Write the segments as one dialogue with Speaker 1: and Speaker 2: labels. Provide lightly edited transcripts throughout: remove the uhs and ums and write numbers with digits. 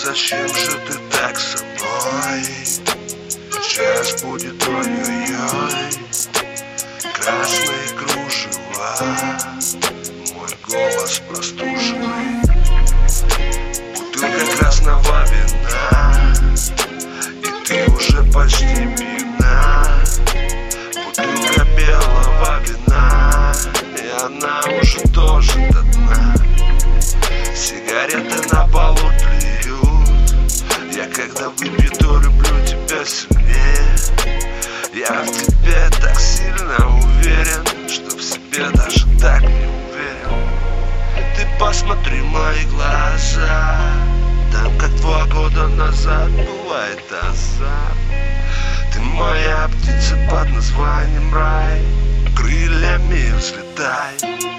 Speaker 1: зачем же ты так со мной? Сейчас будет ой-ой-ой, красные кружева, мой голос простуженный. Бутылка красного вина, и ты уже почти пьяна. Бутылка белого вина, и она уже тоже до дна. Сигареты на полу тлеют, я когда выпью, то люблю тебя сильнее. Я в тебе так сильно уверен, что в себе даже так не уверен. Ты посмотри в мои глаза, там как 2 года назад бывает азарт. Ты моя птица под названием рай, крыльями взлетай.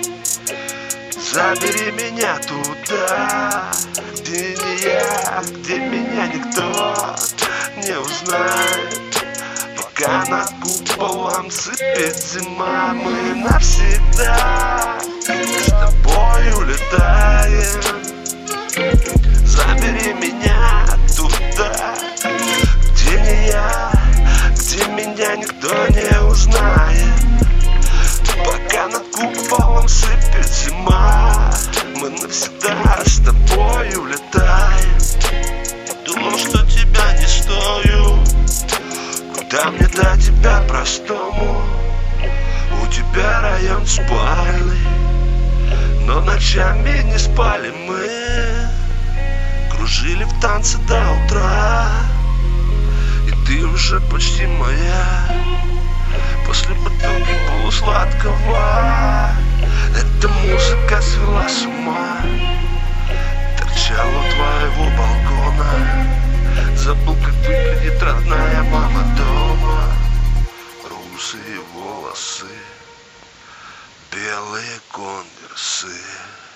Speaker 1: Забери меня туда, где не я, где меня никто не узнает. Пока над куполом сыпет зима, мы навсегда с тобой улетаем. Забери меня туда, где не я, где меня никто не узнает. Пока над куполом сыпет зима, мы навсегда с тобой улетаем. Думал, что тебя не стою, куда мне до тебя простому? У тебя район спальный, но ночами не спали мы. Кружили в танце до утра, и ты уже почти моя. После бутылки полусладкого эта музыка свела с ума. Торчал у твоего балкона, забыл, как выглядит родная мама дома. Русые волосы, белые конверсы.